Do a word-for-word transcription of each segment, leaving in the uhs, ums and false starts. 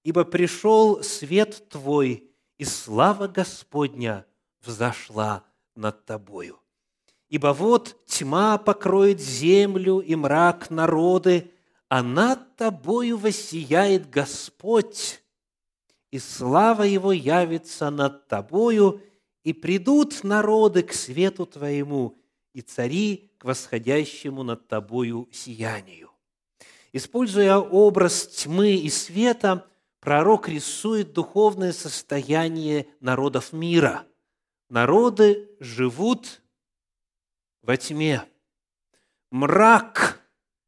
ибо пришел свет Твой, и слава Господня взошла над Тобою. Ибо вот тьма покроет землю и мрак народы, а над Тобою воссияет Господь, и слава Его явится над Тобою, и придут народы к свету Твоему, и цари к восходящему над Тобою сиянию». Используя образ тьмы и света, пророк рисует духовное состояние народов мира. Народы живут во тьме. Мрак,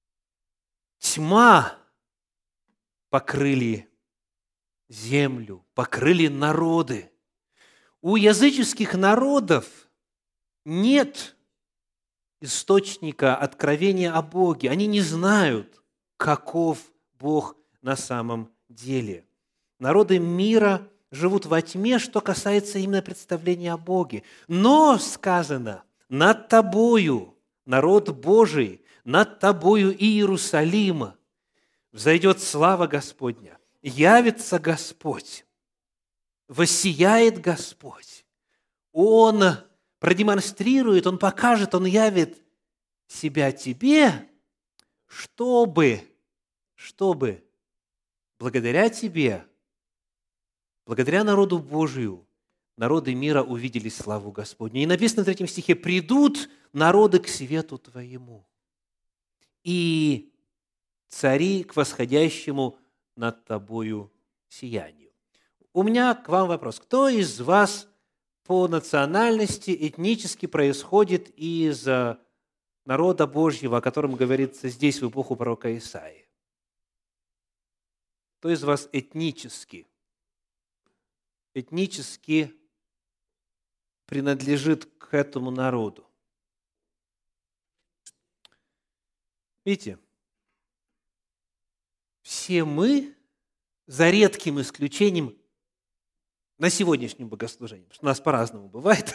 тьма покрыли землю, покрыли народы. У языческих народов нет источника откровения о Боге. Они не знают, каков Бог на самом деле. Народы мира живут во тьме, что касается именно представления о Боге. Но сказано: над тобою, народ Божий, над тобою Иерусалима взойдет слава Господня, явится Господь, воссияет Господь. Он продемонстрирует, Он покажет, Он явит себя тебе, чтобы, чтобы благодаря тебе, благодаря народу Божию, народы мира увидели славу Господню. И написано в третьем стихе: «Придут народы к свету Твоему, и цари к восходящему над Тобою сиянию». У меня к вам вопрос. Кто из вас по национальности, этнически происходит из народа Божьего, о котором говорится здесь в эпоху пророка Исаии? Кто из вас этнически, этнически принадлежит к этому народу? Видите, все мы, за редким исключением, на сегодняшнем богослужении, потому что у нас по-разному бывает,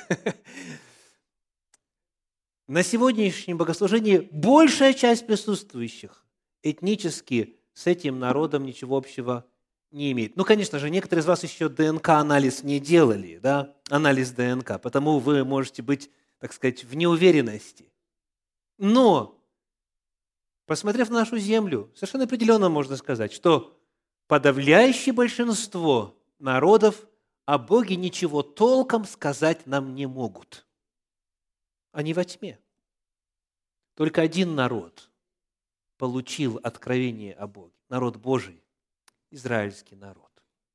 на сегодняшнем богослужении большая часть присутствующих этнически с этим народом ничего общего не имеет. Ну, конечно же, некоторые из вас еще ДНК-анализ не делали, да, анализ ДНК, потому вы можете быть, так сказать, в неуверенности. Но, посмотрев на нашу землю, совершенно определенно можно сказать, что подавляющее большинство народов о Боге ничего толком сказать нам не могут. Они во тьме. Только один народ получил откровение о Боге. Народ Божий, израильский народ.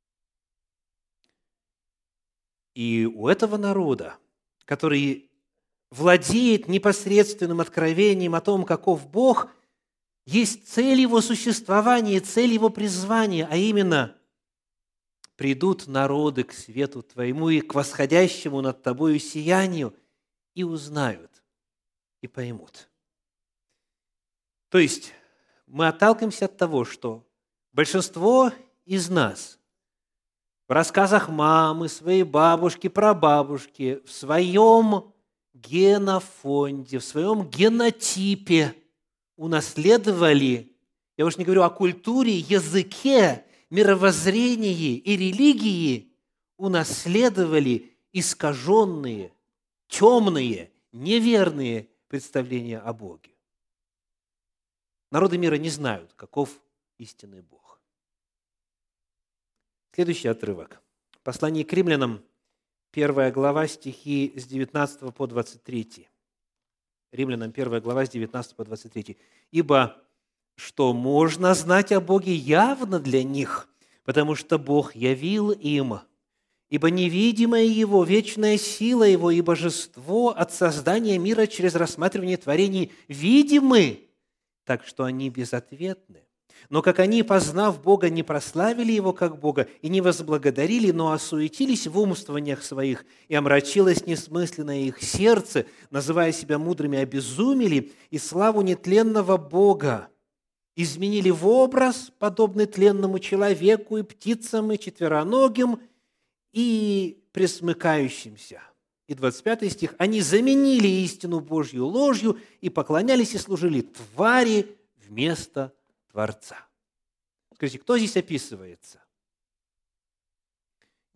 И у этого народа, который владеет непосредственным откровением о том, каков Бог, есть цель его существования, цель его призвания, а именно: придут народы к свету Твоему и к восходящему над Тобою сиянию, и узнают, и поймут. То есть мы отталкиваемся от того, что большинство из нас в рассказах мамы, своей бабушки, прабабушки, в своем генофонде, в своем генотипе унаследовали, я уж не говорю о культуре, языке, мировоззрении и религии, унаследовали искаженные, темные, неверные представления о Боге. Народы мира не знают, каков истинный Бог. Следующий отрывок. Послание к римлянам, первая глава, стихи с девятнадцатого по двадцать третий. Римлянам, первая глава, с девятнадцатого по двадцать третий. «Ибо что можно знать о Боге явно для них, потому что Бог явил им, ибо невидимая Его, вечная сила Его и божество от создания мира через рассматривание творений видимы, так что они безответны. Но как они, познав Бога, не прославили Его как Бога и не возблагодарили, но осуетились в умствованиях своих, и омрачилось несмысленное их сердце, называя себя мудрыми, обезумели, и славу нетленного Бога изменили в образ, подобный тленному человеку и птицам, и четвероногим, и пресмыкающимся». И двадцать пятый стих. «Они заменили истину Божью ложью и поклонялись и служили твари вместо Творца». Скажите, кто здесь описывается?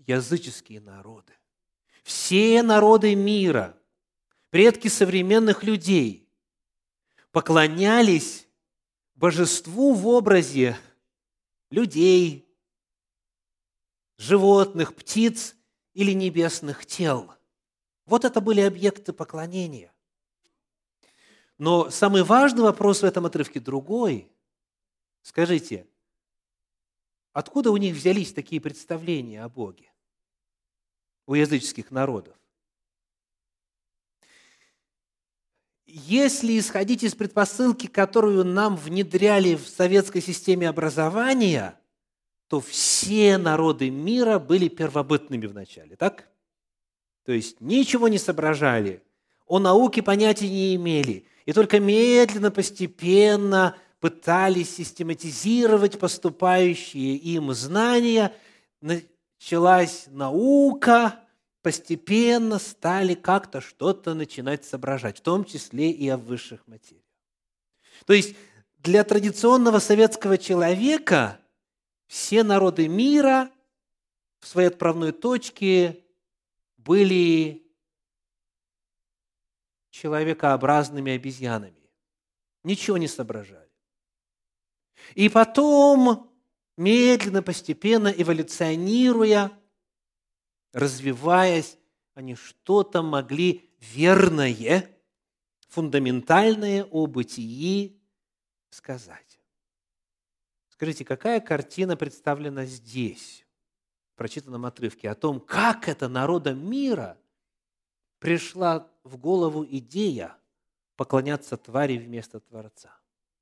языческие народы. Все народы мира, предки современных людей, поклонялись божеству в образе людей, животных, птиц или небесных тел. Вот это были объекты поклонения. Но самый важный вопрос в этом отрывке другой. Скажите, откуда у них взялись такие представления о Боге у языческих народов? Если исходить из предпосылки, которую нам внедряли в советской системе образования, то все народы мира были первобытными вначале, так? То есть ничего не соображали, о науке понятия не имели, и только медленно, постепенно пытались систематизировать поступающие им знания. Началась наука, постепенно стали как-то что-то начинать соображать, в том числе и о высших материях. То есть для традиционного советского человека все народы мира в своей отправной точке были человекообразными обезьянами. Ничего не соображали. И потом, медленно, постепенно, эволюционируя, развиваясь, они что-то могли верное, фундаментальное о бытии сказать. Скажите, какая картина представлена здесь, в прочитанном отрывке, о том, как это народам мира пришла в голову идея поклоняться твари вместо Творца?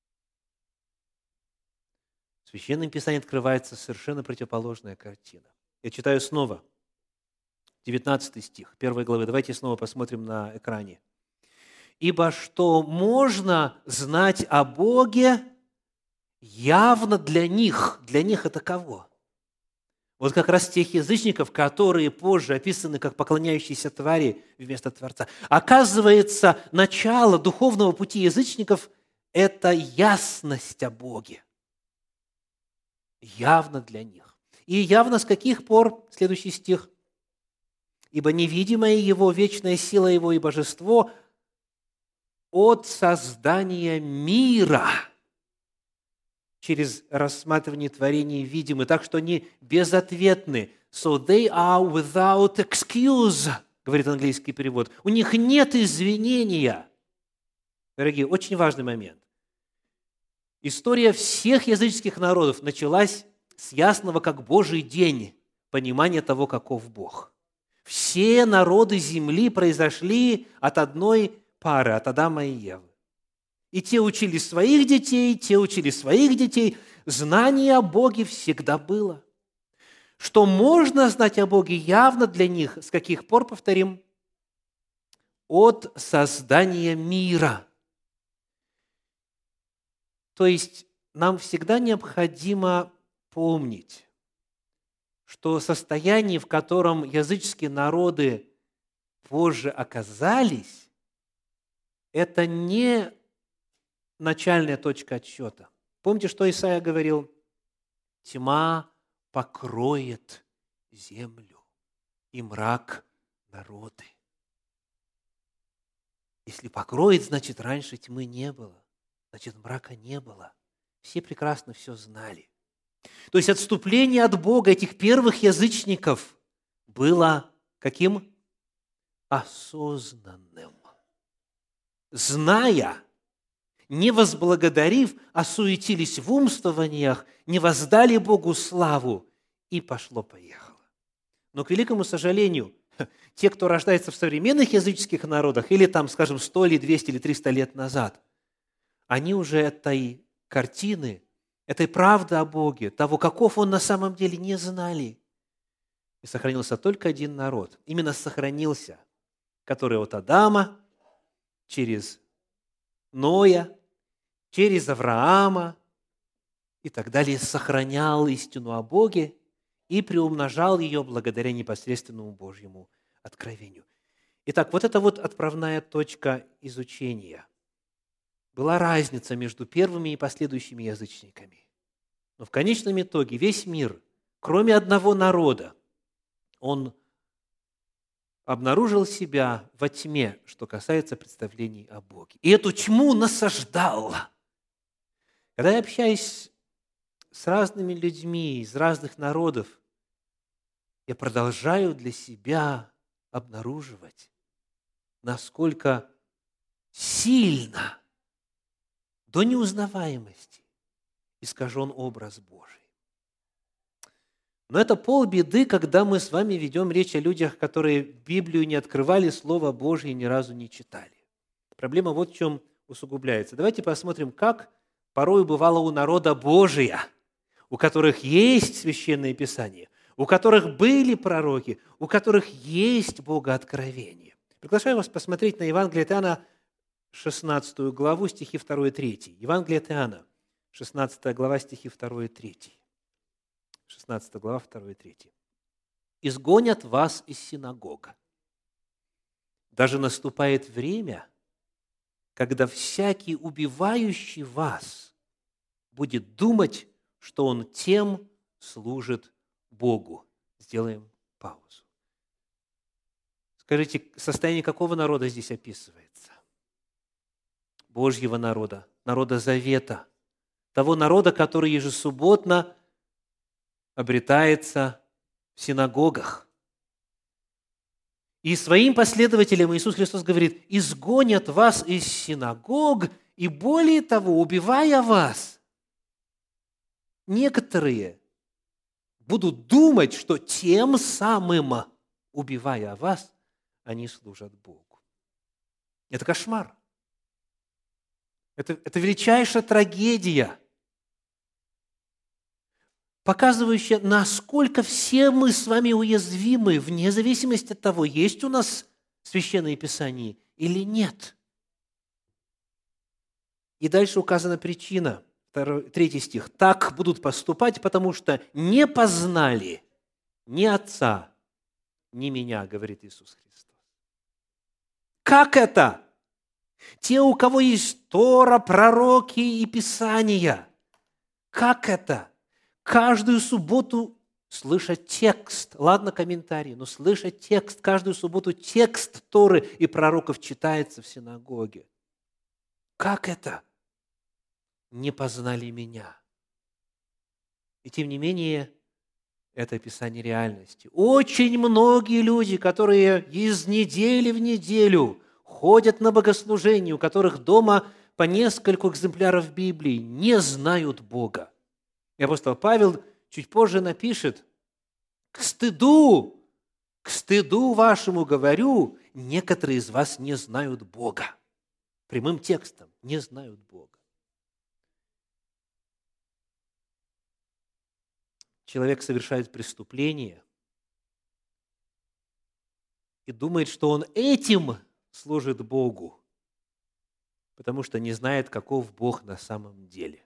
В Священном Писании открывается совершенно противоположная картина. Я читаю снова. девятнадцатый стих первой главы. Давайте снова посмотрим на экране. «Ибо что можно знать о Боге явно для них». Для них это кого? Вот как раз тех язычников, которые позже описаны как поклоняющиеся твари вместо Творца. Оказывается, начало духовного пути язычников – это ясность о Боге. Явно для них. И явно с каких пор? Следующий стих. «Ибо невидимая Его, вечная сила Его и божество от создания мира через рассматривание творений видимы, так что они безответны. So they are without excuse», говорит английский перевод. У них нет извинения. Дорогие, очень важный момент. История всех языческих народов началась с ясного, как Божий день, понимания того, каков Бог. Все народы земли произошли от одной пары, от Адама и Евы. И те учили своих детей, те учили своих детей. Знание о Боге всегда было. Что можно знать о Боге явно для них, с каких пор, повторим, от создания мира. То есть нам всегда необходимо помнить, что состояние, в котором языческие народы позже оказались, это не начальная точка отсчета. Помните, что Исаия говорил? «Тьма покроет землю, и мрак народы». Если покроет, значит, раньше тьмы не было. Значит, мрака не было. Все прекрасно все знали. То есть отступление от Бога этих первых язычников было каким? Осознанным. Зная, не возблагодарив, осуетились в умствованиях, не воздали Богу славу, и пошло-поехало. Но, к великому сожалению, те, кто рождается в современных языческих народах, или там, скажем, сто или двести или триста лет назад, они уже этой картины, этой правды о Боге, того, каков Он на самом деле, не знали. И сохранился только один народ. Именно сохранился, который от Адама, через Ноя, через Авраама и так далее сохранял истину о Боге и приумножал ее благодаря непосредственному Божьему откровению. Итак, вот это вот отправная точка изучения. Была разница между первыми и последующими язычниками. Но в конечном итоге весь мир, кроме одного народа, он обнаружил себя во тьме, что касается представлений о Боге. И эту тьму насаждал. Когда я общаюсь с разными людьми из разных народов, я продолжаю для себя обнаруживать, насколько сильно, до неузнаваемости, искажен образ Божий. Но это полбеды, когда мы с вами ведем речь о людях, которые Библию не открывали, Слово Божье ни разу не читали. Проблема вот в чем усугубляется. Давайте посмотрим, как порой бывало у народа Божия, у которых есть Священное Писание, у которых были пророки, у которых есть Богооткровение. Приглашаю вас посмотреть на Евангелие от Иоанна, шестнадцатую главу, стихи два и три. Евангелие от Иоанна, шестнадцатая глава, стихи два и три. шестнадцатая глава, два и три. «Изгонят вас из синагог. Даже наступает время, когда всякий, убивающий вас, будет думать, что он тем служит Богу». Сделаем паузу. Скажите, состояние какого народа здесь описывается? Божьего народа, народа Завета, того народа, который ежесубботно обретается в синагогах. И своим последователям Иисус Христос говорит: изгонят вас из синагог, и более того, убивая вас, некоторые будут думать, что тем самым, убивая вас, они служат Богу. Это кошмар. Это, это величайшая трагедия, показывающая, насколько все мы с вами уязвимы, вне зависимости от того, есть у нас Священное Писание или нет. И дальше указана причина, второй, третий стих. «Так будут поступать, потому что не познали ни Отца, ни Меня», говорит Иисус Христос. Как это? Те, у кого есть Тора, пророки и Писания. Как это? Каждую субботу слышать текст, ладно, комментарии, но слышать текст, каждую субботу текст Торы и пророков читается в синагоге. Как это? Не познали Меня. И тем не менее, это описание реальности. Очень многие люди, которые из недели в неделю ходят на богослужение, у которых дома по нескольку экземпляров Библии, не знают Бога. И апостол Павел чуть позже напишет: «К стыду, к стыду вашему говорю, некоторые из вас не знают Бога». Прямым текстом: не знают Бога. Человек совершает преступление и думает, что он этим служит Богу, потому что не знает, каков Бог на самом деле.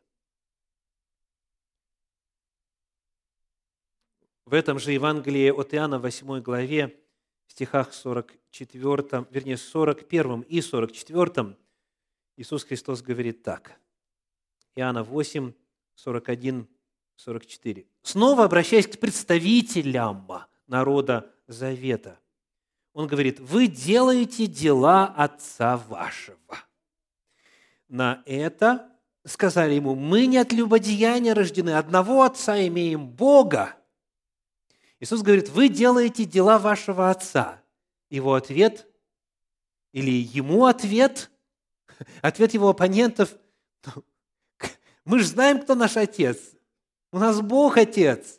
В этом же Евангелии от Иоанна, восьмой главе, в стихах сорок четвёртом, вернее, сорок первом и сорок четвёртом, Иисус Христос говорит так. Иоанна восемь, сорок один, сорок четыре. Снова обращаясь к представителям народа Завета, Он говорит: «Вы делаете дела Отца вашего». На это сказали Ему: «Мы не от любодеяния рождены, одного Отца имеем, Бога». Иисус говорит: «Вы делаете дела вашего Отца». Его ответ, или Ему ответ, ответ Его оппонентов: «Мы же знаем, кто наш Отец. У нас Бог Отец».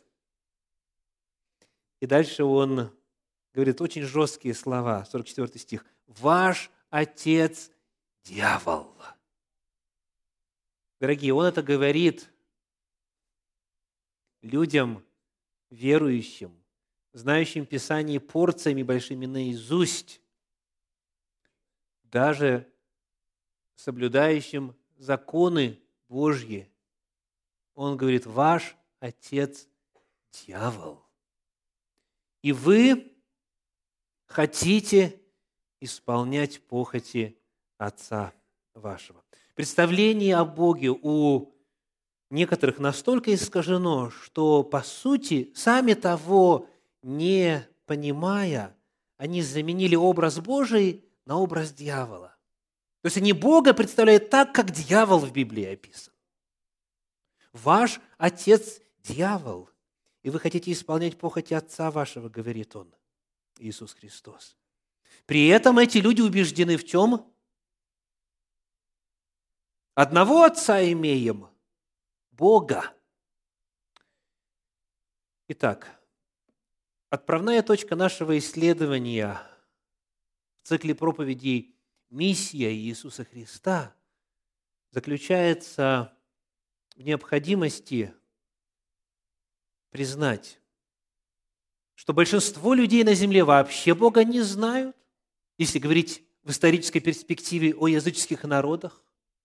И дальше Он говорит очень жесткие слова, сорок четвёртый стих. «Ваш отец – дьявол». Дорогие, Он это говорит людям, верующим, знающим Писание порциями большими наизусть, даже соблюдающим законы Божьи. Он говорит: «Ваш отец – дьявол, и вы хотите исполнять похоти отца вашего». Представление о Боге у некоторых настолько искажено, что, по сути, сами того не понимая, они заменили образ Божий на образ дьявола. То есть они Бога представляют так, как дьявол в Библии описан. Ваш отец – дьявол, и вы хотите исполнять похоти отца вашего, говорит он, Иисус Христос. При этом эти люди убеждены в чем? Одного отца имеем – Бога. Итак, отправная точка нашего исследования в цикле проповедей «Миссия Иисуса Христа» заключается в необходимости признать, что большинство людей на земле вообще Бога не знают, если говорить в исторической перспективе о языческих народах.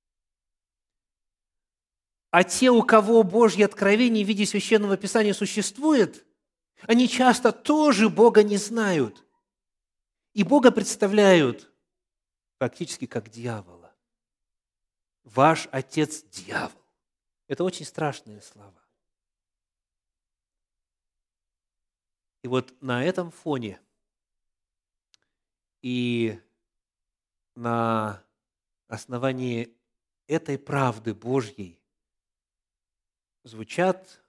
А те, у кого Божье откровение в виде Священного Писания существует, они часто тоже Бога не знают. И Бога представляют фактически как дьявола. Ваш отец – дьявол. Это очень страшные слова. И вот на этом фоне и на основании этой правды Божьей звучат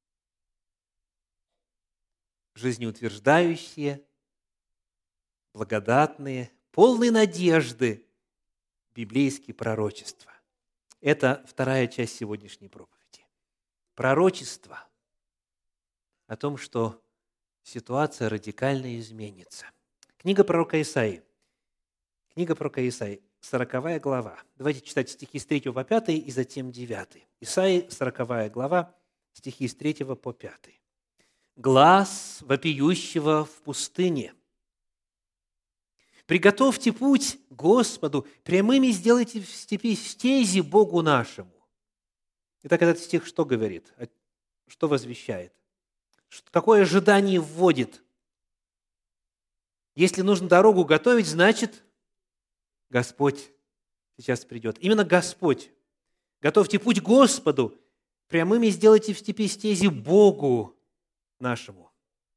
жизнеутверждающие, благодатные, полные надежды библейские пророчества. Это вторая часть сегодняшней проповеди. Пророчество о том, что ситуация радикально изменится. Книга пророка Исаии. Книга пророка Исаии, сороковая глава. Давайте читать стихи с третьего по пятый и затем девятый. Исаии, сороковая глава, стихи с третьего по пятый. «Глас вопиющего в пустыне. Приготовьте путь Господу, прямыми сделайте в степи стези Богу нашему». Итак, этот стих что говорит? Что возвещает? Какое ожидание вводит? Если нужно дорогу готовить, значит, Господь сейчас придет. Именно Господь. Готовьте путь Господу, прямыми сделайте в степи стези Богу нашему.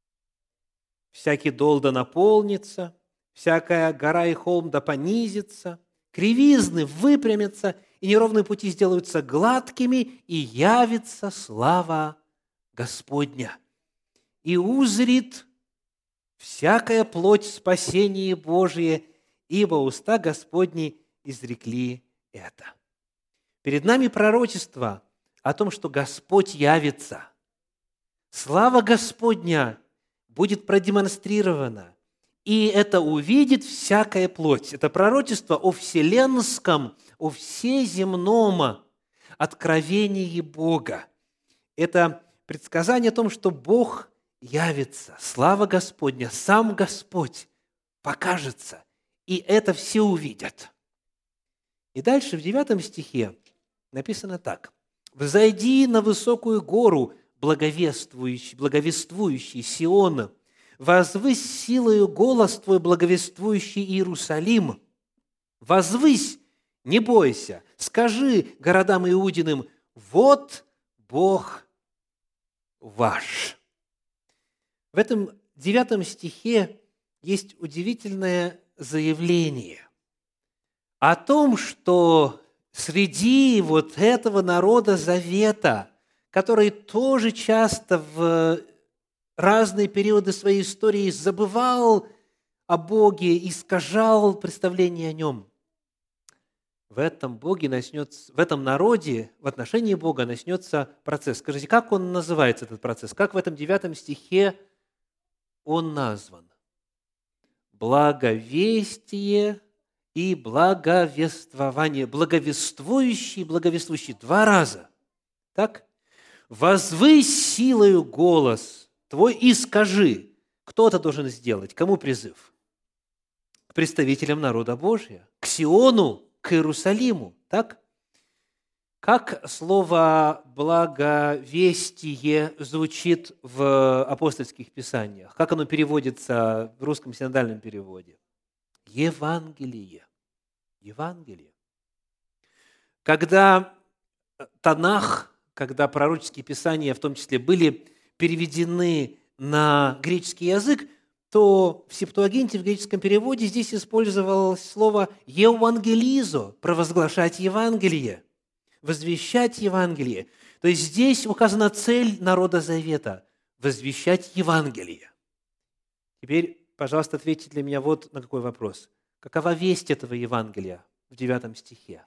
Всякий дол да наполнится, всякая гора и холм да понизится, кривизны выпрямятся, и неровные пути сделаются гладкими, и явится слава Господня. И узрит всякая плоть спасение Божие, ибо уста Господни изрекли это. Перед нами пророчество о том, что Господь явится. Слава Господня будет продемонстрирована, и это увидит всякая плоть. Это пророчество о вселенском, о всеземном откровении Бога. Это предсказание о том, что Бог явится, слава Господня, сам Господь покажется, и это все увидят. И дальше в девятом стихе написано так. «Взойди на высокую гору, благовествующий, благовествующий Сион, возвысь силою голос твой, благовествующий Иерусалим. Возвысь, не бойся, скажи городам Иудиным, вот Бог ваш». В этом девятом стихе есть удивительное заявление о том, что среди вот этого народа завета, который тоже часто в разные периоды своей истории забывал о Боге, искажал представление о Нем, в этом Боге начнется, в этом народе, в отношении Бога начнется процесс. Скажите, как он называется, этот процесс? Как в этом девятом стихе он назван? Благовестие и благовествование. Благовествующий, благовествующий. Два раза. Так? «Возвысь силою голос твой и скажи». Кто это должен сделать? Кому призыв? К представителям народа Божия, к Сиону, к Иерусалиму. Так? Как слово «благовестие» звучит в апостольских писаниях? Как оно переводится в русском синодальном переводе? Евангелие. Евангелие. Когда Танах, когда пророческие писания, в том числе, были переведены на греческий язык, то в Септуагинте, в греческом переводе, здесь использовалось слово «евангелизо» – провозглашать Евангелие, возвещать Евангелие. То есть здесь указана цель народа Завета – возвещать Евангелие. Теперь, пожалуйста, ответьте для меня вот на какой вопрос. Какова весть этого Евангелия в девятом стихе?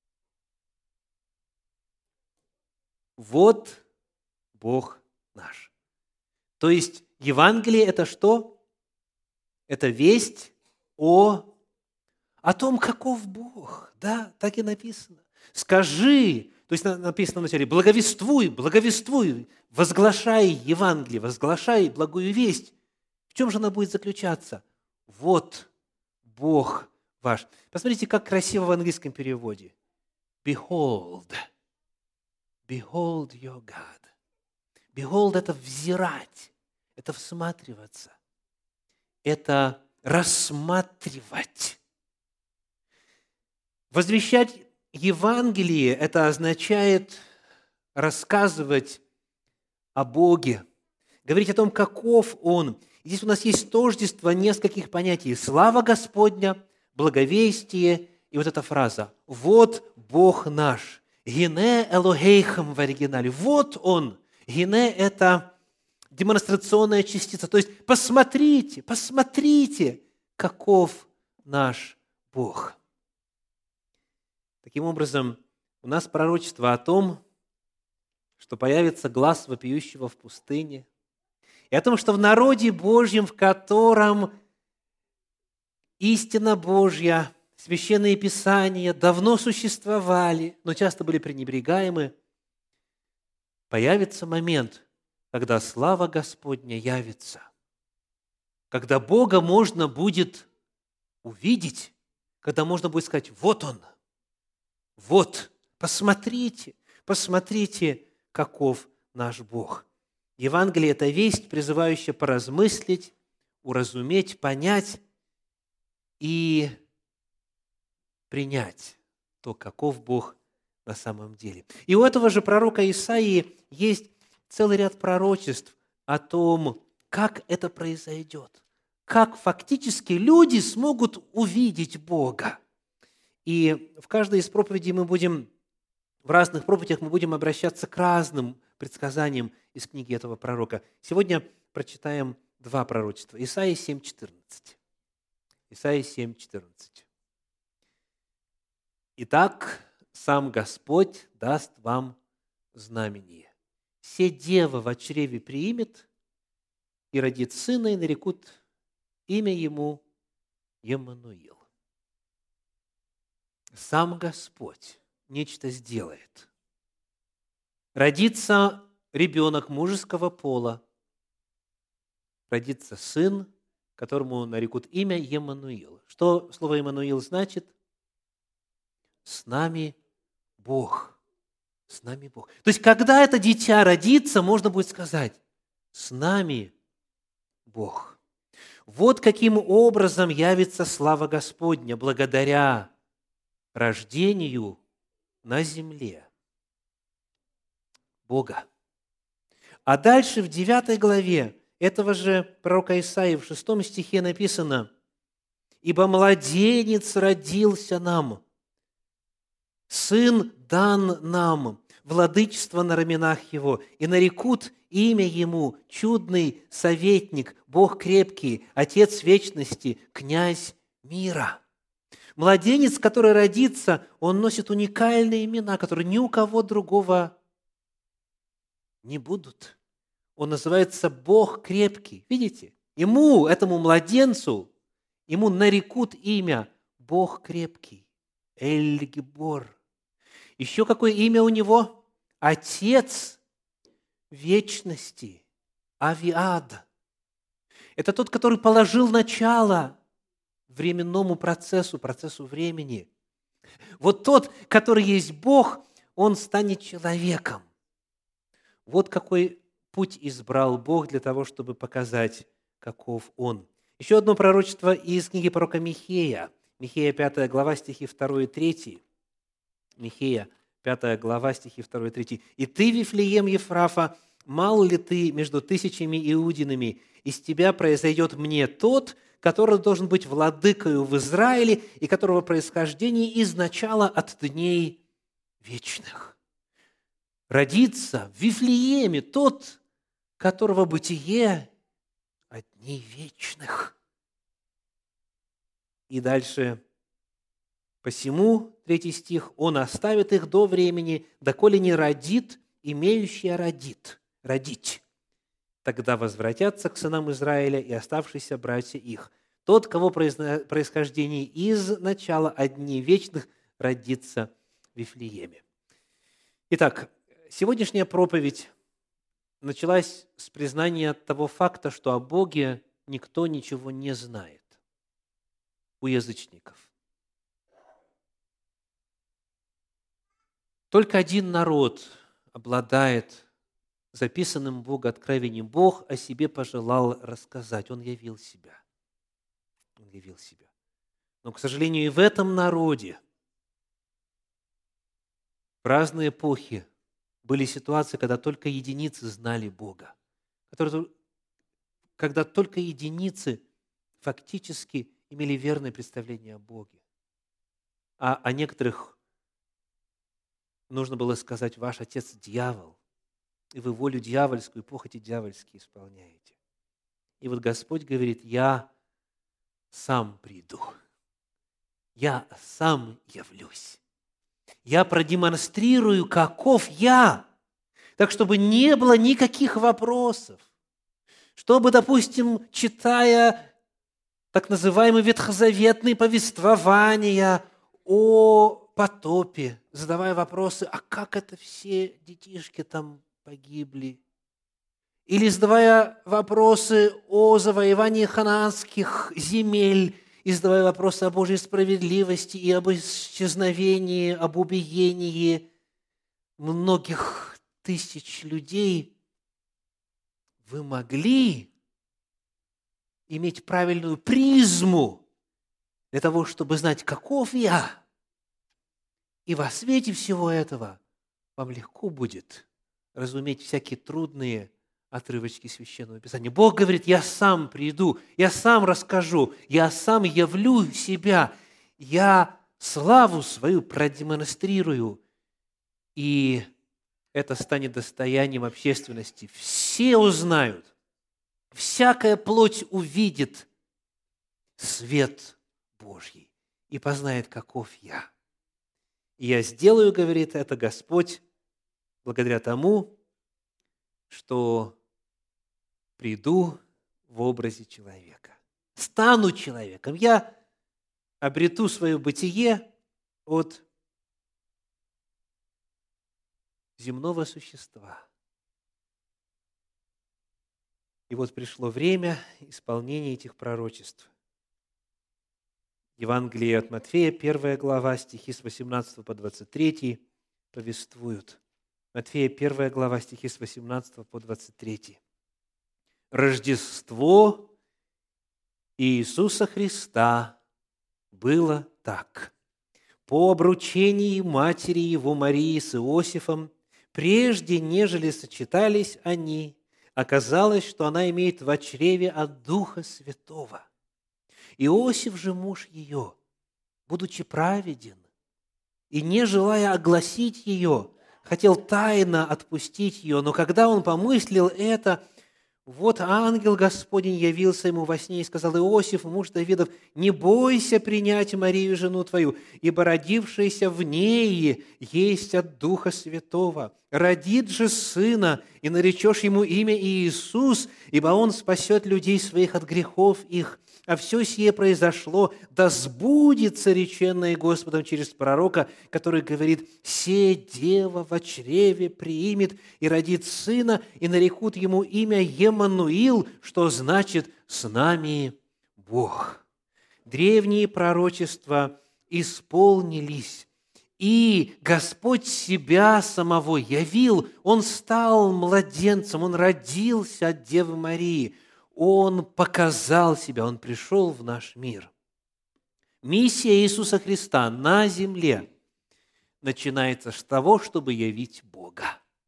Вот Бог наш. То есть Евангелие – это что? Это весть о, о том, каков Бог. Да, так и написано. Скажи, то есть написано в начале, благовествуй, благовествуй, возглашай Евангелие, возглашай благую весть. В чем же она будет заключаться? Вот Бог ваш. Посмотрите, как красиво в английском переводе. Behold. Behold your God. Behold – это взирать, это всматриваться, это рассматривать. Возвещать Евангелие – это означает рассказывать о Боге, говорить о том, каков Он. И здесь у нас есть тождество нескольких понятий. Слава Господня, благовестие и вот эта фраза «Вот Бог наш». «Гине Элохейхам» в оригинале. Вот Он. «Гине» – это демонстрационная частица. То есть посмотрите, посмотрите, каков наш Бог. Таким образом, у нас пророчество о том, что появится глас вопиющего в пустыне, и о том, что в народе Божьем, в котором истина Божья, священные писания давно существовали, но часто были пренебрегаемы, появится момент, когда слава Господня явится, когда Бога можно будет увидеть, когда можно будет сказать: вот Он, вот, посмотрите, посмотрите, каков наш Бог. Евангелие – это весть, призывающая поразмыслить, уразуметь, понять и принять то, каков Бог на самом деле. И у этого же пророка Исаии есть целый ряд пророчеств о том, как это произойдет, как фактически люди смогут увидеть Бога. И в каждой из проповедей мы будем, в разных проповедях мы будем обращаться к разным предсказаниям из книги этого пророка. Сегодня прочитаем два пророчества. Исайя семь четырнадцать. Исайя семь четырнадцать. «Итак, сам Господь даст вам знамение. Се дева во чреве приимет, и родит сына, и нарекут имя ему Еммануил». Сам Господь нечто сделает. Родится ребенок мужеского пола, родится сын, которому нарекут имя Еммануил. Что слово Еммануил значит? С нами Бог. С нами Бог. То есть, когда это дитя родится, можно будет сказать: с нами Бог. Вот каким образом явится слава Господня благодаря рождению на земле Бога. А дальше в девятой главе этого же пророка Исаии в шестом стихе написано: «Ибо младенец родился нам, сын дан нам, владычество на раменах его, и нарекут имя ему чудный советник, Бог крепкий, Отец вечности, князь мира». Младенец, который родится, он носит уникальные имена, которые ни у кого другого не будут. Он называется Бог крепкий. Видите? Ему, этому младенцу, ему нарекут имя Бог крепкий, Эль-Гибор. Еще какое имя у него? Отец вечности, Авиад. Это тот, который положил начало временному процессу, процессу времени. Вот тот, который есть Бог, он станет человеком. Вот какой путь избрал Бог для того, чтобы показать, каков Он. Еще одно пророчество из книги пророка Михея. Михея, пятая глава, стихи два и три. Михея, пятая глава, стихи два и три. «И ты, Вифлеем Ефрафа, мал ли ты между тысячами иудинами? Из тебя произойдет мне тот, который должен быть владыкою в Израиле и которого происхождение изначало от дней вечных. Родится в Вифлееме тот, которого бытие от дней вечных». И дальше: «Посему», третий стих, «он оставит их до времени, доколе не родит, имеющий родит, родить. Тогда возвратятся к сынам Израиля и оставшиеся братья их. Тот, кого происхождение из начала от дней вечных, родится в Вифлееме». Итак, сегодняшняя проповедь началась с признания того факта, что о Боге никто ничего не знает у язычников. Только один народ обладает записанным Бога откровением. Бог о себе пожелал рассказать. Он явил себя. Он явил себя. Но, к сожалению, и в этом народе в разные эпохи были ситуации, когда только единицы знали Бога, которые, когда только единицы фактически имели верное представление о Боге. А о некоторых нужно было сказать: «Ваш отец – дьявол, и вы волю дьявольскую и похоти дьявольские исполняете». И вот Господь говорит: «Я сам приду, я сам явлюсь, я продемонстрирую, каков я, так, чтобы не было никаких вопросов, чтобы, допустим, читая так называемые ветхозаветные повествования о потопе, задавая вопросы: а как это все детишки там погибли? Или задавая вопросы о завоевании ханаанских земель, и задавая вопросы о Божьей справедливости и об исчезновении, об убиении многих тысяч людей, вы могли иметь правильную призму для того, чтобы знать, каков я. И во свете всего этого вам легко будет разуметь всякие трудные отрывочки Священного Писания. Бог говорит: я сам приду, я сам расскажу, я сам явлю себя, я славу свою продемонстрирую, и это станет достоянием общественности. Все узнают, всякая плоть увидит свет Божий и познает, каков я. И я сделаю, говорит это Господь, благодаря тому, что приду в образе человека. Стану человеком. Я обрету свое бытие от земного существа. И вот пришло время исполнения этих пророчеств. Евангелие от Матфея, первая глава, стихи с восемнадцатого по двадцать третий повествуют. Матфея, первая глава, стихи с восемнадцатого по двадцать третий. Рождество Иисуса Христа было так. По обручении матери его Марии с Иосифом, прежде нежели сочетались они, оказалось, что она имеет во чреве от Духа Святого. Иосиф же, муж ее, будучи праведен и не желая огласить ее, хотел тайно отпустить ее, но когда он помыслил это, вот ангел Господень явился ему во сне и сказал: Иосиф, муж Давидов, не бойся принять Марию, жену твою, ибо родившаяся в ней есть от Духа Святого. Родит же сына, и наречешь ему имя Иисус, ибо он спасет людей своих от грехов их. А все сие произошло, да сбудется реченное Господом через пророка, который говорит: «Се дева во чреве приимет и родит сына, и нарекут ему имя Емануил», что значит «с нами Бог». Древние пророчества исполнились, и Господь себя самого явил. Он стал младенцем, Он родился от Девы Марии. Он показал себя, Он пришел в наш мир. Миссия Иисуса Христа на земле начинается с того, чтобы явить Бога.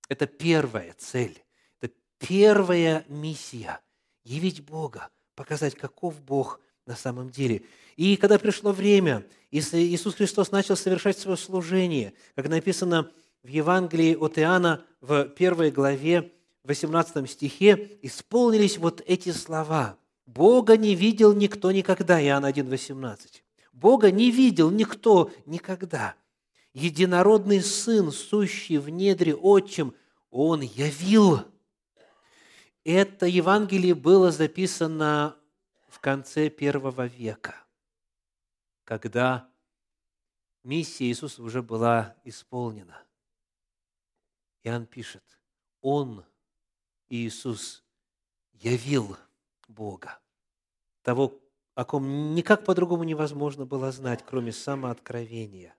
Это первая цель, это первая миссия – явить Бога, показать, каков Бог на самом деле. И когда пришло время, Иисус Христос начал совершать свое служение, как написано в Евангелии от Иоанна в первой главе, в восемнадцатом стихе, исполнились вот эти слова. «Бога не видел никто никогда», Иоанн один восемнадцать. «Бога не видел никто никогда. Единородный Сын, сущий в недре Отчим, Он явил». Это Евангелие было записано в конце первого века, когда миссия Иисуса уже была исполнена. Иоанн пишет: Он, Иисус, явил Бога, того, о ком никак по-другому невозможно было знать, кроме самооткровения.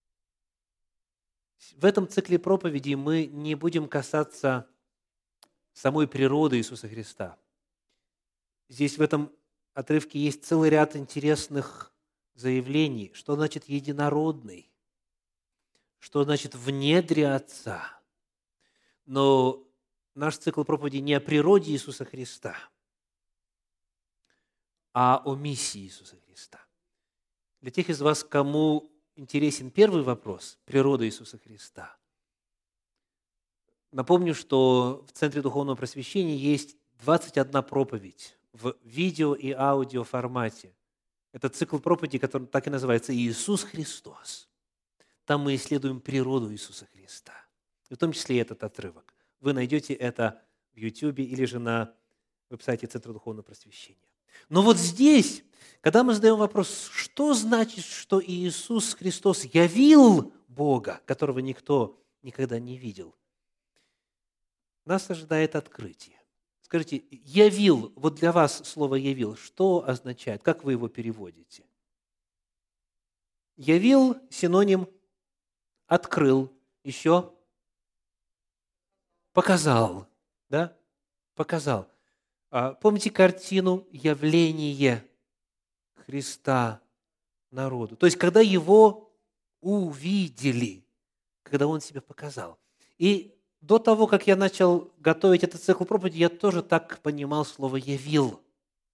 В этом цикле проповедей мы не будем касаться самой природы Иисуса Христа. Здесь в этом отрывке есть целый ряд интересных заявлений. Что значит единородный? Что значит в недре Отца? Но наш цикл проповедей не о природе Иисуса Христа, а о миссии Иисуса Христа. Для тех из вас, кому интересен первый вопрос, природа Иисуса Христа, напомню, что в Центре Духовного Просвещения есть двадцать одна проповедь в видео и аудио формате. Это цикл проповедей, который так и называется «Иисус Христос». Там мы исследуем природу Иисуса Христа, в том числе и этот отрывок. Вы найдете это в Ютубе или же на веб-сайте Центра Духовного Просвещения. Но вот здесь, когда мы задаем вопрос, что значит, что Иисус Христос явил Бога, которого никто никогда не видел, нас ожидает открытие. Скажите, «явил», вот для вас слово «явил», что означает? Как вы его переводите? «Явил» – синоним «открыл», еще «показал», да? «Показал». А помните картину «Явление Христа народу»? То есть, когда Его увидели, когда Он себя показал. И до того, как я начал готовить этот цикл проповеди, я тоже так понимал слово «явил».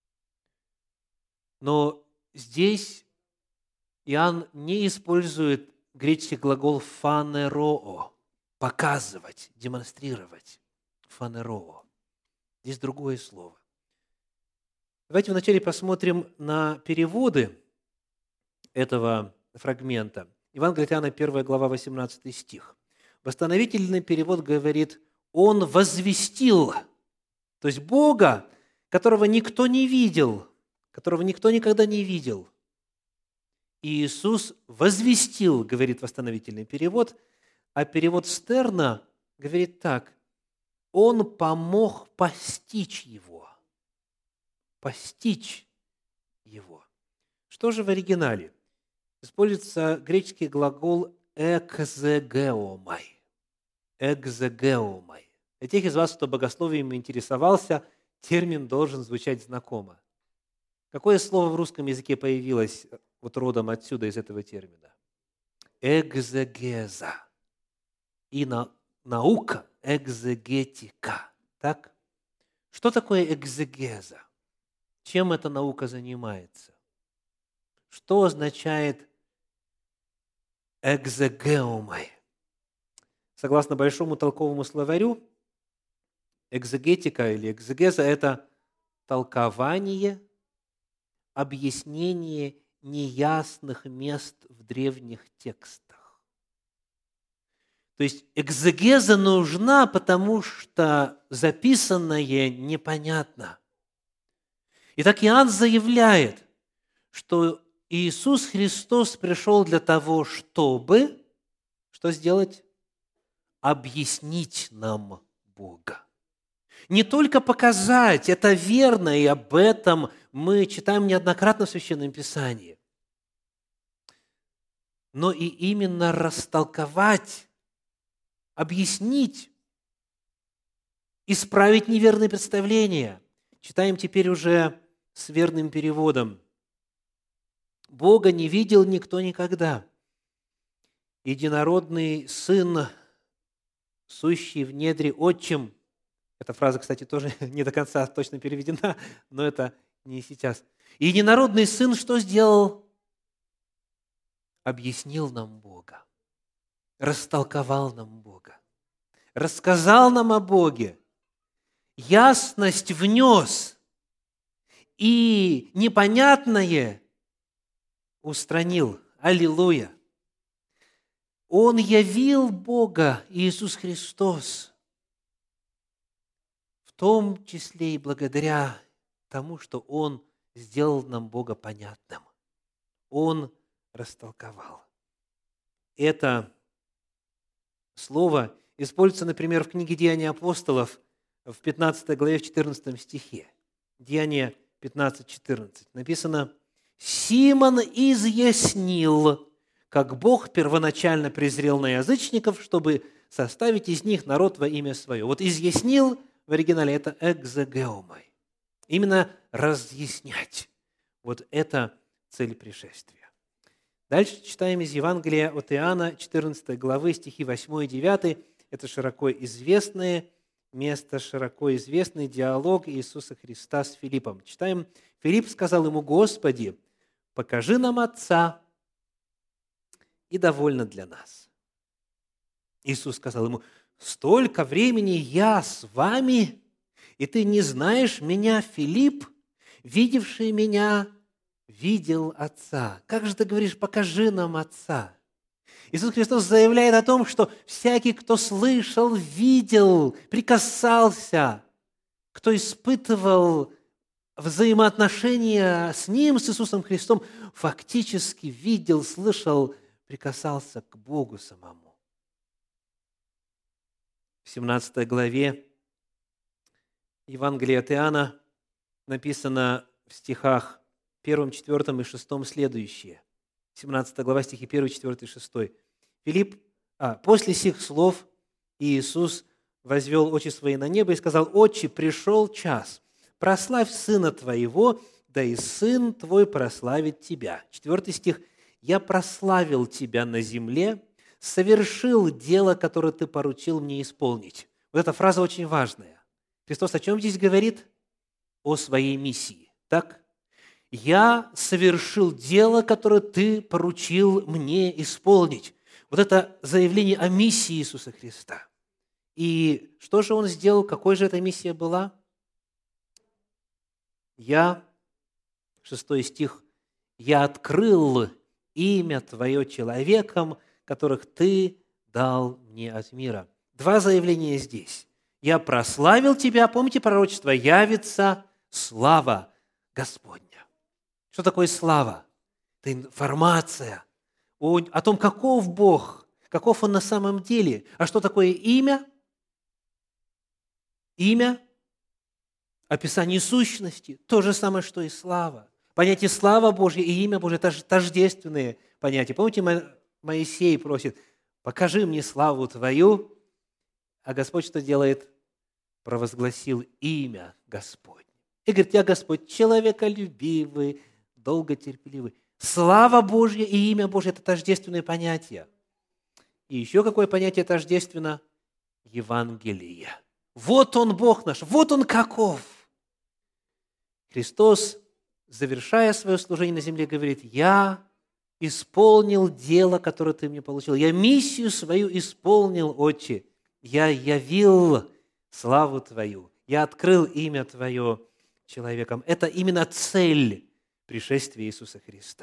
Но здесь Иоанн не использует греческий глагол «фанероо» – показывать, демонстрировать. «Фанероо». Здесь другое слово. Давайте вначале посмотрим на переводы этого фрагмента. Евангелие от Иоанна, первая глава, восемнадцатый стих. Восстановительный перевод говорит: «Он возвестил», то есть Бога, которого никто не видел, которого никто никогда не видел. И Иисус возвестил, говорит восстановительный перевод, а перевод Стерна говорит так: Он помог постичь его. Постичь его. Что же в оригинале? Используется греческий глагол «экзегеомай». «Экзегеомай». Для тех из вас, кто богословием интересовался, термин должен звучать знакомо. Какое слово в русском языке появилось вот родом отсюда, из этого термина? Экзегеза. И на, наука – экзегетика. Так? Что такое экзегеза? Чем эта наука занимается? Что означает экзегеомай? Согласно Большому толковому словарю, экзегетика или экзегеза – это толкование, объяснение неясных мест в древних текстах. То есть экзегеза нужна, потому что записанное непонятно. Итак, Иоанн заявляет, что Иисус Христос пришел для того, чтобы что сделать? Объяснить нам Бога. Не только показать, это верно, и об этом мы читаем неоднократно в Священном Писании, но и именно растолковать, объяснить, исправить неверные представления. Читаем теперь уже с верным переводом. «Бога не видел никто никогда. Единородный Сын, сущий в недре отчим». Эта фраза, кстати, тоже не до конца точно переведена, но это не сейчас. «И единородный Сын что сделал? Объяснил нам Бога, растолковал нам Бога, рассказал нам о Боге, ясность внес и непонятное устранил». Аллилуйя! Он явил Бога, Иисус Христос, в том числе и благодаря тому, что Он сделал нам Бога понятным. Он растолковал. Это слово используется, например, в книге «Деяния апостолов» в пятнадцатой главе, в четырнадцатом стихе. Деяния пятнадцать четырнадцать. Написано: «Симон изъяснил, как Бог первоначально презрел на язычников, чтобы составить из них народ во имя свое». Вот «изъяснил» в оригинале – это «экзегеомai». Именно разъяснять. Вот это цель пришествия. Дальше читаем из Евангелия от Иоанна, четырнадцатой главы, стихи восьмой и девятый. Это широко известное место, широко известный диалог Иисуса Христа с Филиппом. Читаем: «Филипп сказал ему: Господи, покажи нам Отца, и довольно для нас». Иисус сказал ему: «Столько времени я с вами, и ты не знаешь меня, Филипп? Видевший меня видел Отца. Как же ты говоришь: покажи нам Отца?» Иисус Христос заявляет о том, что всякий, кто слышал, видел, прикасался, кто испытывал взаимоотношения с Ним, с Иисусом Христом, фактически видел, слышал, прикасался к Богу самому. В семнадцатой главе Евангелия от Иоанна написано в стихах первом, четвертом и шестом следующее. семнадцатая глава, стихи первый, четвёртый и шестой. Филипп, а, «После сих слов Иисус возвел очи свои на небо и сказал: Отче, пришел час, прославь Сына Твоего, да и Сын Твой прославит Тебя». Четвертый стих: «Я прославил Тебя на земле, совершил дело, которое Ты поручил мне исполнить». Вот эта фраза очень важная. Христос о чем здесь говорит? О своей миссии. Так? «Я совершил дело, которое Ты поручил мне исполнить». Вот это заявление о миссии Иисуса Христа. И что же Он сделал? Какой же эта миссия была? «Я», шестой стих, «Я открыл имя Твое человекам, которых Ты дал мне от мира». Два заявления здесь. «Я прославил Тебя», помните пророчество, «явится слава Господня». Что такое слава? Это информация о, о том, каков Бог, каков Он на самом деле. А что такое имя? Имя, описание сущности, то же самое, что и слава. Понятие слава Божья и имя Божье – это тождественные понятия. Помните, Моисей просит: «Покажи мне славу Твою», а Господь что делает? Провозгласил имя Господне. И говорит: «Я, Господь, человеколюбивый, долготерпеливый». Слава Божья и имя Божье – это тождественные понятия. И еще какое понятие тождественно? Евангелие. Вот Он, Бог наш, вот Он каков. Христос, завершая свое служение на земле, говорит: «Я исполнил дело, которое Ты мне получил. Я миссию свою исполнил, Отче. Я явил славу Твою. Я открыл имя Твое человекам». Это именно цель пришествия Иисуса Христа.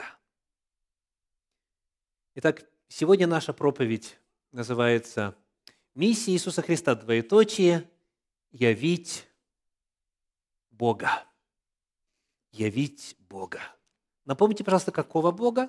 Итак, сегодня наша проповедь называется «Миссия Иисуса Христа, двоеточие, явить Бога». Явить Бога. Напомните, пожалуйста, какого Бога?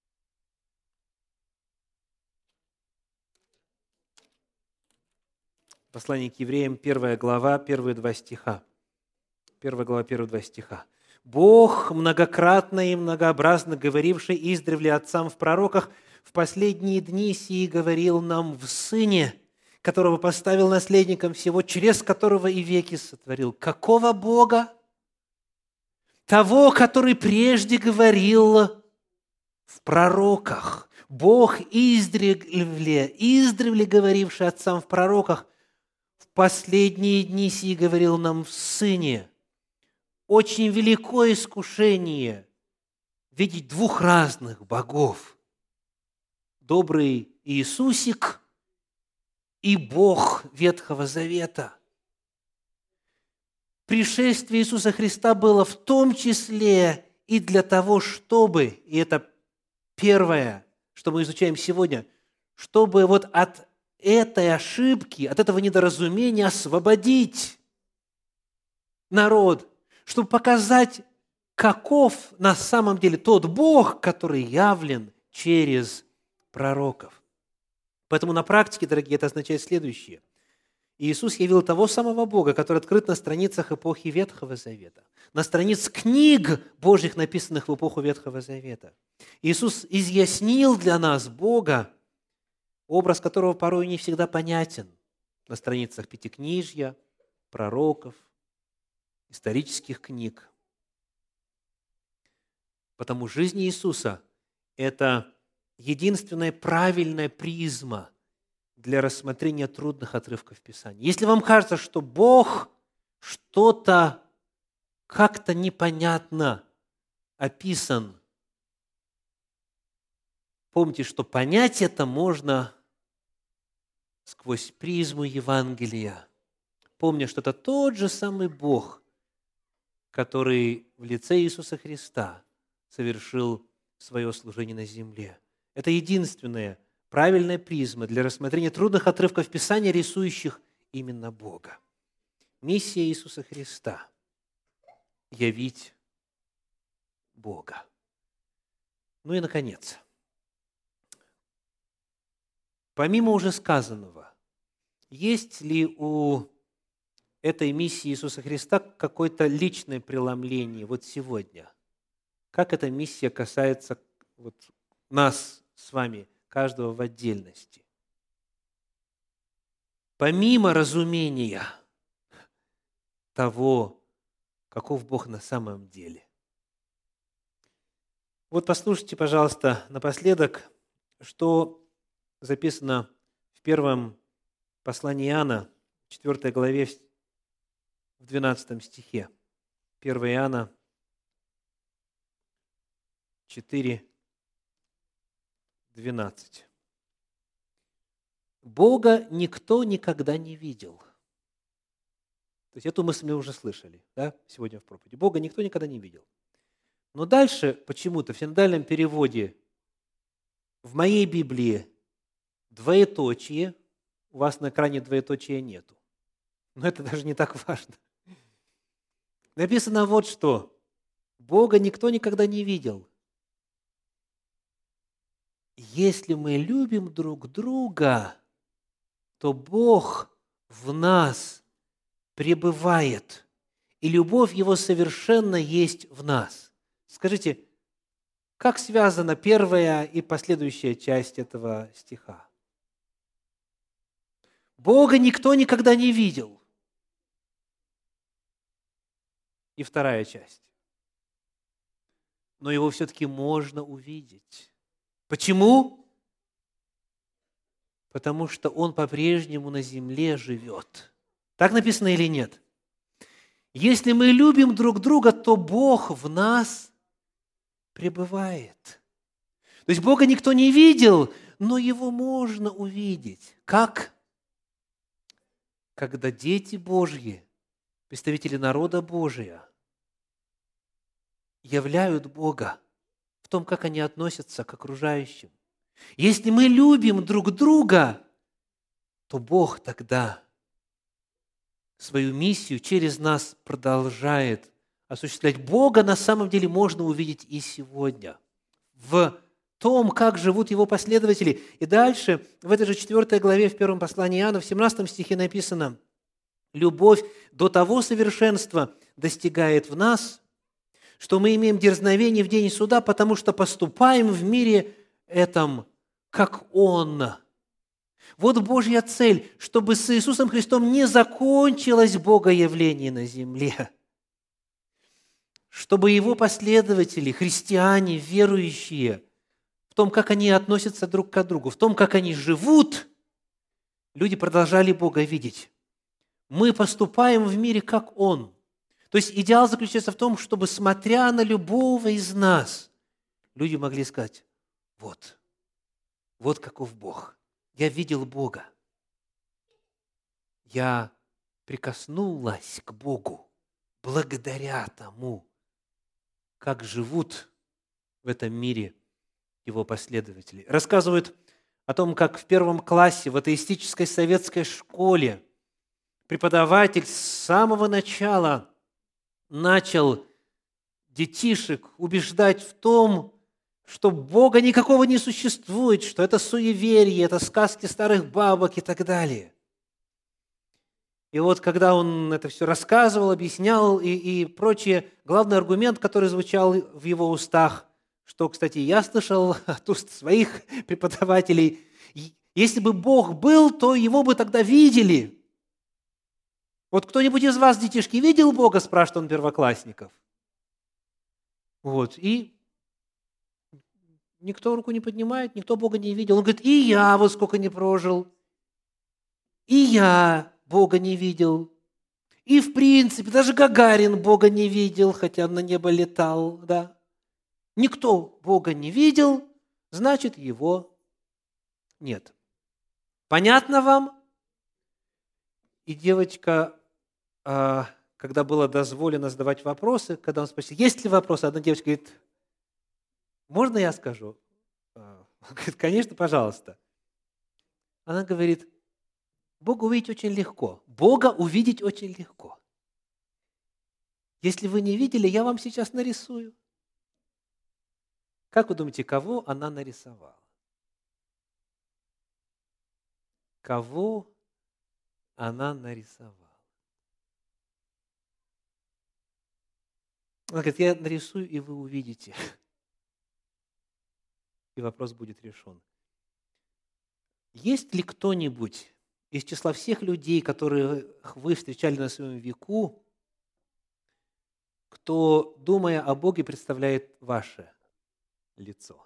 Послание к евреям, первая глава, первые два стиха. Первая глава, первые два стиха. «Бог, многократно и многообразно говоривший издревле отцам в пророках, в последние дни сии говорил нам в Сыне, которого поставил наследником всего, через которого и веки сотворил». Какого Бога? Того, который прежде говорил в пророках. Бог издревле, издревле говоривший отцам в пророках, в последние дни сии говорил нам в Сыне. Очень великое искушение видеть двух разных богов. Добрый Иисусик и Бог Ветхого Завета. Пришествие Иисуса Христа было в том числе и для того, чтобы, и это первое, что мы изучаем сегодня, чтобы вот от этой ошибки, от этого недоразумения освободить народ, чтобы показать, каков на самом деле тот Бог, который явлен через пророков. Поэтому на практике, дорогие, это означает следующее. Иисус явил того самого Бога, который открыт на страницах эпохи Ветхого Завета, на страниц книг Божьих, написанных в эпоху Ветхого Завета. Иисус изъяснил для нас Бога, образ которого порой не всегда понятен, на страницах Пятикнижья, пророков, исторических книг. Потому жизнь Иисуса – это единственная правильная призма для рассмотрения трудных отрывков Писания. Если вам кажется, что Бог что-то как-то непонятно описан, помните, что понять это можно сквозь призму Евангелия, помня, что это тот же самый Бог, который в лице Иисуса Христа совершил свое служение на земле. Это единственная правильная призма для рассмотрения трудных отрывков Писания, рисующих именно Бога. Миссия Иисуса Христа – явить Бога. Ну и, наконец, помимо уже сказанного, есть ли у этой миссии Иисуса Христа какое-то личное преломление вот сегодня? Как эта миссия касается вот нас с вами, каждого в отдельности? Помимо разумения того, каков Бог на самом деле. Вот послушайте, пожалуйста, напоследок, что записано в первом послании Иоанна, четвёртой главе, в двенадцатом стихе. первое Иоанна четыре, двенадцать. Бога никто никогда не видел. То есть эту мысль мы уже слышали, да, сегодня в проповеди. Бога никто никогда не видел. Но дальше почему-то в синодальном переводе в моей Библии двоеточие, у вас на экране двоеточия нету. Но это даже не так важно. Написано вот что. Бога никто никогда не видел. Если мы любим друг друга, то Бог в нас пребывает, и любовь Его совершенно есть в нас. Скажите, как связана первая и последующая часть этого стиха? Бога никто никогда не видел. И вторая часть. Но Его все-таки можно увидеть. Почему? Потому что Он по-прежнему на земле живет. Так написано или нет? Если мы любим друг друга, то Бог в нас пребывает. То есть Бога никто не видел, но Его можно увидеть. Как? Когда дети Божьи, представители народа Божия, являют Бога в том, как они относятся к окружающим. Если мы любим друг друга, то Бог тогда свою миссию через нас продолжает осуществлять. Бога на самом деле можно увидеть и сегодня в том, как живут Его последователи. И дальше, в этой же четвёртой главе, в первом послании Иоанна, в семнадцатом стихе написано: «Любовь до того совершенства достигает в нас, что мы имеем дерзновение в день суда, потому что поступаем в мире этом, как Он». Вот Божья цель, чтобы с Иисусом Христом не закончилось Богоявление на земле, чтобы Его последователи, христиане, верующие, в том, как они относятся друг к другу, в том, как они живут, люди продолжали Бога видеть. Мы поступаем в мире, как Он. То есть идеал заключается в том, чтобы, смотря на любого из нас, люди могли сказать: вот, вот каков Бог. Я видел Бога. Я прикоснулась к Богу благодаря тому, как живут в этом мире Его последователи. Рассказывают о том, как в первом классе в атеистической советской школе преподаватель с самого начала начал детишек убеждать в том, что Бога никакого не существует, что это суеверие, это сказки старых бабок и так далее. И вот когда он это все рассказывал, объяснял и, и прочее, главный аргумент, который звучал в его устах, что, кстати, я слышал от уст своих преподавателей, если бы Бог был, то Его бы тогда видели. Вот кто-нибудь из вас, детишки, видел Бога, спрашивает он первоклассников. Вот, и никто руку не поднимает, никто Бога не видел. Он говорит: и я вот сколько не прожил, и я Бога не видел. И в принципе, даже Гагарин Бога не видел, хотя на небо летал, да. Никто Бога не видел, значит, Его нет. Понятно вам? И девочка, когда было дозволено задавать вопросы, когда он спросил: есть ли вопросы, одна девочка говорит: можно я скажу? Он говорит: конечно, пожалуйста. Она говорит: Бога увидеть очень легко. Бога увидеть очень легко. Если вы не видели, я вам сейчас нарисую. Как вы думаете, кого она нарисовала? Кого она нарисовала? Она говорит: я нарисую, и вы увидите. И вопрос будет решен. Есть ли кто-нибудь из числа всех людей, которых вы встречали на своем веку, кто, думая о Боге, представляет ваше лицо?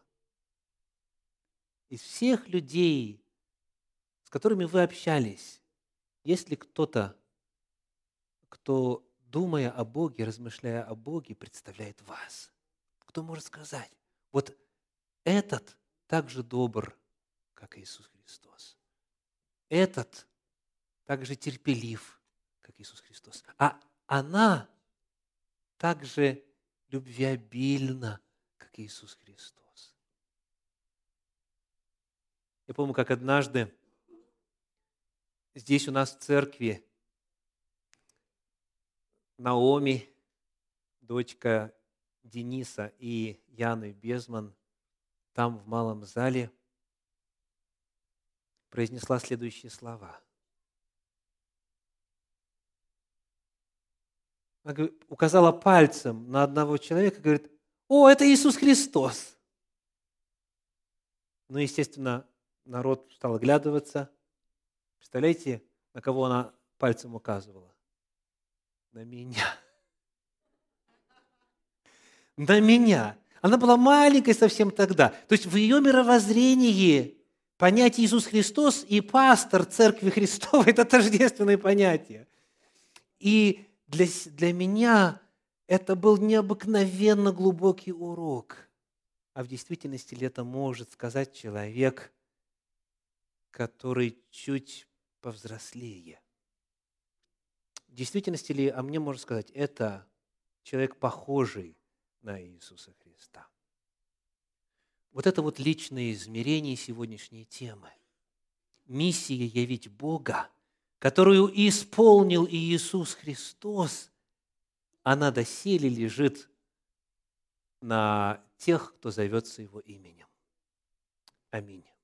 Из всех людей, с которыми вы общались, есть ли кто-то, кто, думая о Боге, размышляя о Боге, представляет вас? Кто может сказать: вот этот так же добр, как Иисус Христос. Этот так же терпелив, как Иисус Христос. А она так же любвеобильна, как Иисус Христос. Я помню, как однажды здесь у нас в церкви Наоми, дочка Дениса и Яны Безман, там в малом зале произнесла следующие слова. Она указала пальцем на одного человека и говорит: о, это Иисус Христос. Ну, естественно, народ стал оглядываться. Представляете, на кого она пальцем указывала? На меня. На меня. Она была маленькой совсем тогда. То есть в ее мировоззрении понятие Иисус Христос и пастор Церкви Христовой – это тождественные понятия. И для, для меня это был необыкновенно глубокий урок. А в действительности ли это может сказать человек, который чуть повзрослее? В действительности ли, а мне можно сказать, это человек, похожий на Иисуса Христа? Вот это вот личное измерение сегодняшней темы. Миссия явить Бога, которую исполнил Иисус Христос, она доселе лежит на тех, кто зовется Его именем. Аминь.